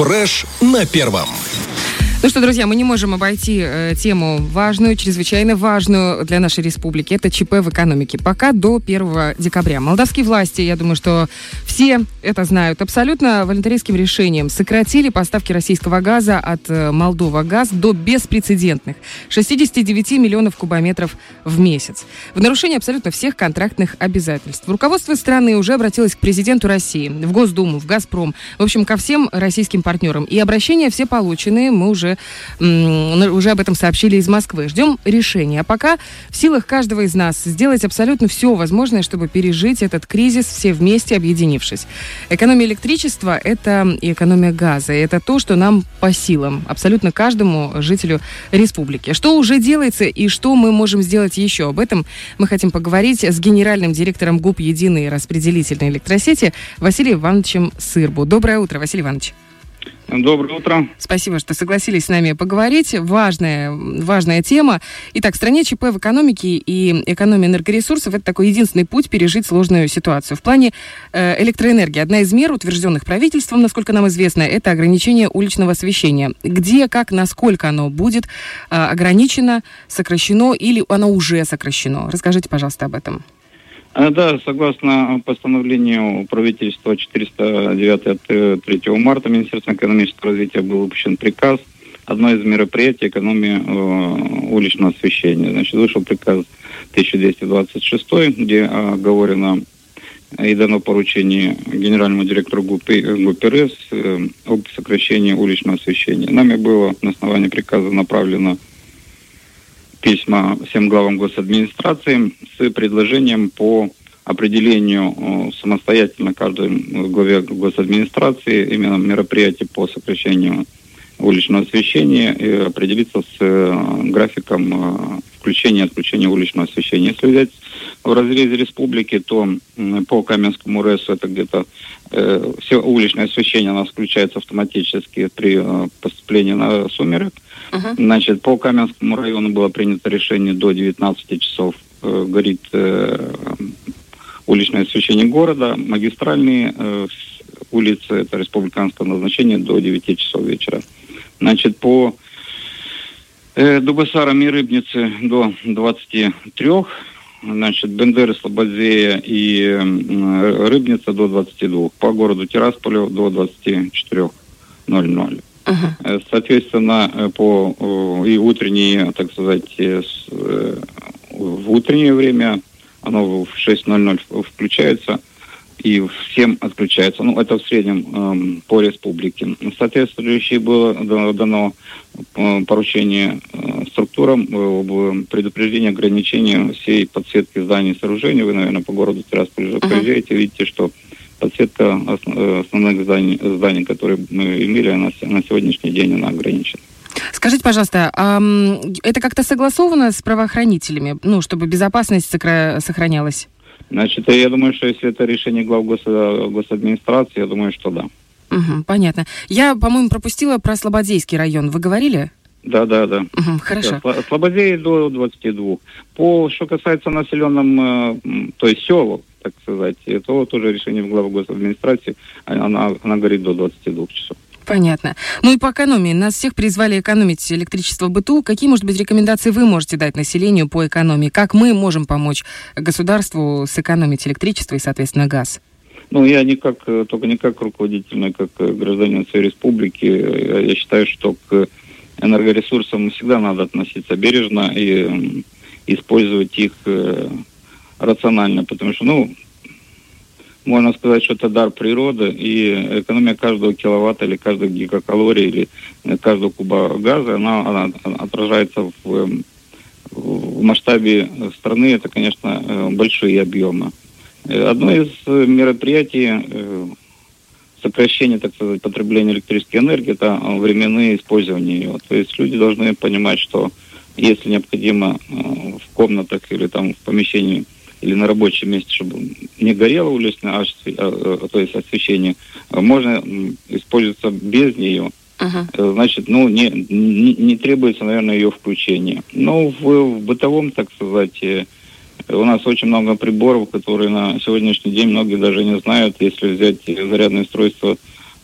Фреш на первом. Ну что, друзья, мы не можем обойти тему важную, чрезвычайно важную для нашей республики. Это ЧП в экономике. Пока до 1 декабря. Молдавские власти, я думаю, что все это знают, абсолютно волонтаристским решением сократили поставки российского газа от Молдова-Газ до беспрецедентных 69 миллионов кубометров в месяц. В нарушение абсолютно всех контрактных обязательств. Руководство страны уже обратилось к президенту России, в Госдуму, в «Газпром», в общем, ко всем российским партнерам. И обращения все полученные, мы уже об этом сообщили из Москвы. Ждем решения. А пока в силах каждого из нас сделать абсолютно все возможное, чтобы пережить этот кризис все вместе, объединившись. Экономия электричества – это и экономия газа. Это то, что нам по силам. Абсолютно каждому жителю республики. Что уже делается и что мы можем сделать еще? Об этом мы хотим поговорить с генеральным директором ГУП «Единой распределительной электросети» Василием Ивановичем Сырбу. Доброе утро, Василий Иванович. Доброе утро. Спасибо, что согласились с нами поговорить. Важная тема. Итак, в стране ЧП в экономике и экономия энергоресурсов – это такой единственный путь пережить сложную ситуацию. В плане электроэнергии одна из мер, утвержденных правительством, насколько нам известно, это ограничение уличного освещения. Где, как, насколько оно будет ограничено, сокращено или оно уже сокращено? Расскажите, пожалуйста, об этом. Да, согласно постановлению правительства 409 от 3 марта Министерства экономического развития был выпущен приказ. Одно из мероприятий – экономия уличного освещения. Значит, вышел приказ 1226, где оговорено и дано поручение генеральному директору ГУП РС об сокращении уличного освещения. Нами было на основании приказа направлено письма всем главам госадминистрации с предложением по определению самостоятельно каждой главе госадминистрации именно мероприятий по сокращению уличного освещения и определиться с графиком включения и отключения уличного освещения. Если взять в разрезе республики, то по Каменскому РЭСу это где-то все уличное освещение у нас включается автоматически при поступлении на сумерек. Значит, по Каменскому району было принято решение до 19 часов горит уличное освещение города. Магистральные улицы, это республиканского назначения, до 9 часов вечера. Значит, по Дубасарам и Рыбнице до 23. Значит, Бендеры, Слободзея и Рыбница до 22. По городу Тирасполю до 24:00. Соответственно, по и утренние, так сказать, в утреннее время оно в 6:00 включается и в 7 отключается. Ну, это в среднем по республике. Соответствующее было дано поручение структурам об предупреждении ограничения всей подсветки зданий и сооружений. Вы, наверное, по городу Тирасполь уже проезжаете, видите, что подсветка основных зданий, которые мы имели, она на сегодняшний день она ограничена. Скажите, пожалуйста, это как-то согласовано с правоохранителями, чтобы безопасность сохранялась? Значит, я думаю, что если это решение глав госадминистрации, я думаю, что да. Понятно. Я, по-моему, пропустила про Слободзейский район. Вы говорили? Да. Хорошо. Слободзей до 22. Что касается населенным, то есть сел, так сказать, то тоже решение главы госадминистрации, она говорит до 22 часов. Понятно. Ну и по экономии. Нас всех призвали экономить электричество в быту. Какие, может быть, рекомендации вы можете дать населению по экономии? Как мы можем помочь государству сэкономить электричество и, соответственно, газ? Ну, я не как руководитель, но как гражданин своей республики. Я считаю, что к энергоресурсам всегда надо относиться бережно и использовать их рационально, потому что, можно сказать, что это дар природы, и экономия каждого киловатта или каждой гигакалории или каждого куба газа, она отражается в масштабе страны, это, конечно, большие объемы. Одно из мероприятий сокращения, так сказать, потребления электрической энергии, это временные использования ее. То есть люди должны понимать, что если необходимо в комнатах или там в помещении или на рабочем месте, чтобы не горело уличное, то есть освещение, можно использоваться без нее. Значит, не требуется, наверное, ее включение. Но в бытовом, так сказать, у нас очень много приборов, которые на сегодняшний день многие даже не знают. Если взять зарядное устройство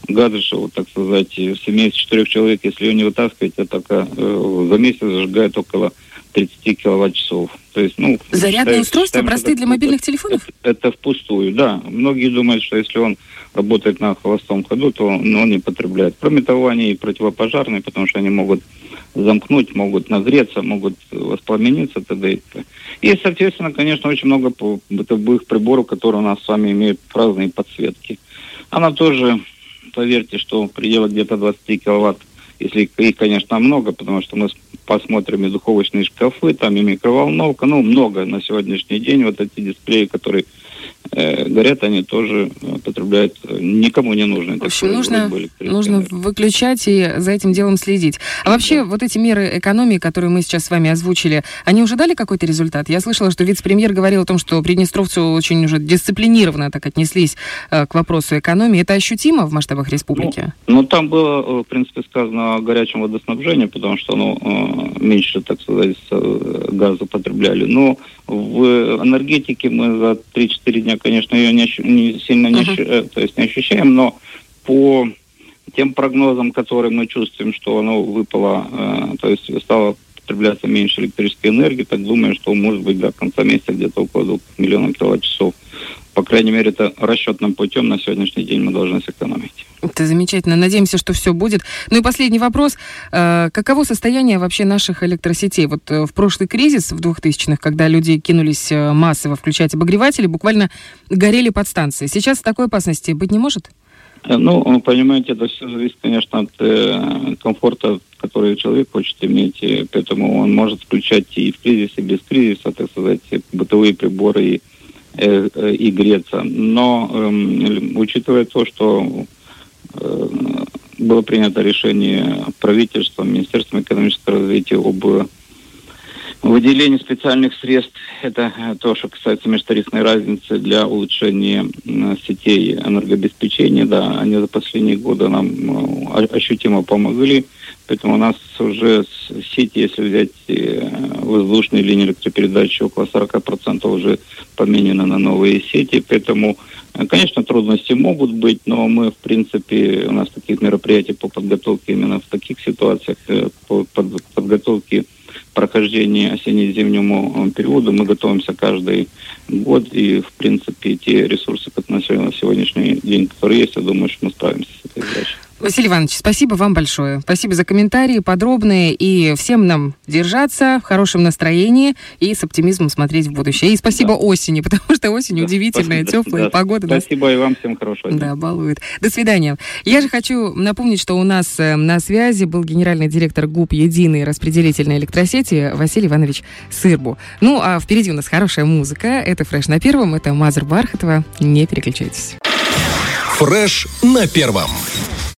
Гаджишева, так сказать, в семье из 4 человек, если ее не вытаскивать, это только за месяц зажигает около 30 киловатт-часов. То есть, зарядное устройство, простые для мобильных телефонов? Это впустую, да. Многие думают, что если он работает на холостом ходу, то он не потребляет. Кроме того, они и противопожарные, потому что они могут замкнуть, могут нагреться, могут воспламениться, т.д. И, соответственно, конечно, очень много бытовых приборов, которые у нас с вами имеют разные подсветки. Она тоже, поверьте, что в пределах где-то 20 киловатт, если их, конечно, много, потому что мы посмотрим и духовочные шкафы, там и микроволновка, много на сегодняшний день. Вот эти дисплеи, которые горят, они тоже потребляют, никому не нужны. В общем, нужно выключать и за этим делом следить. А вообще, вот эти меры экономии, которые мы сейчас с вами озвучили, они уже дали какой-то результат? Я слышала, что вице-премьер говорил о том, что приднестровцы очень уже дисциплинированно так отнеслись к вопросу экономии. Это ощутимо в масштабах республики? Там было, в принципе, сказано о горячем водоснабжении, потому что меньше, так сказать, газа потребляли. Но в энергетике мы за 3-4 дня, конечно, ее не сильно не ощущаем, но по тем прогнозам, которые мы чувствуем, что оно выпало, то есть стало потребляться меньше электрической энергии, так думаю, что может быть до конца месяца где-то около 2 миллионов киловатт-часов. По крайней мере, это расчетным путем на сегодняшний день мы должны сэкономить. Это замечательно. Надеемся, что все будет. Ну и последний вопрос. Каково состояние вообще наших электросетей? Вот в прошлый кризис, в 2000-х, когда люди кинулись массово включать обогреватели, буквально горели подстанции. Сейчас такой опасности быть не может? Понимаете, это все зависит, конечно, от комфорта, который человек хочет иметь. Поэтому он может включать и в кризис, и без кризиса, так сказать, бытовые приборы и греться. Но учитывая то, что было принято решение правительством, Министерством экономического развития об выделении специальных средств, это то, что касается межтарифной разницы для улучшения сетей энергообеспечения, да, они за последние годы нам ощутимо помогли, поэтому у нас уже сети, если взять воздушные линии электропередачи, около 40% уже поменены на новые сети, поэтому, конечно, трудности могут быть, но мы, в принципе, у нас таких мероприятий по подготовке именно в таких ситуациях, по подготовке прохождения осенне-зимнему периоду мы готовимся каждый год, и, в принципе, те ресурсы, которые на сегодняшний день, которые есть, я думаю, что мы справимся с этой задачей. Василий Иванович, спасибо вам большое. Спасибо за комментарии подробные, и всем нам держаться в хорошем настроении и с оптимизмом смотреть в будущее. И спасибо осени, потому что осень удивительная, теплая погода. Спасибо и вам, всем хорошего дня. Да, балует. До свидания. Я же хочу напомнить, что у нас на связи был генеральный директор ГУП «Единые распределительные электросети» Василий Иванович Сырбу. Ну, а впереди у нас хорошая музыка. Это «Фреш на первом», это Мазур Бархатова. Не переключайтесь. «Фреш на первом».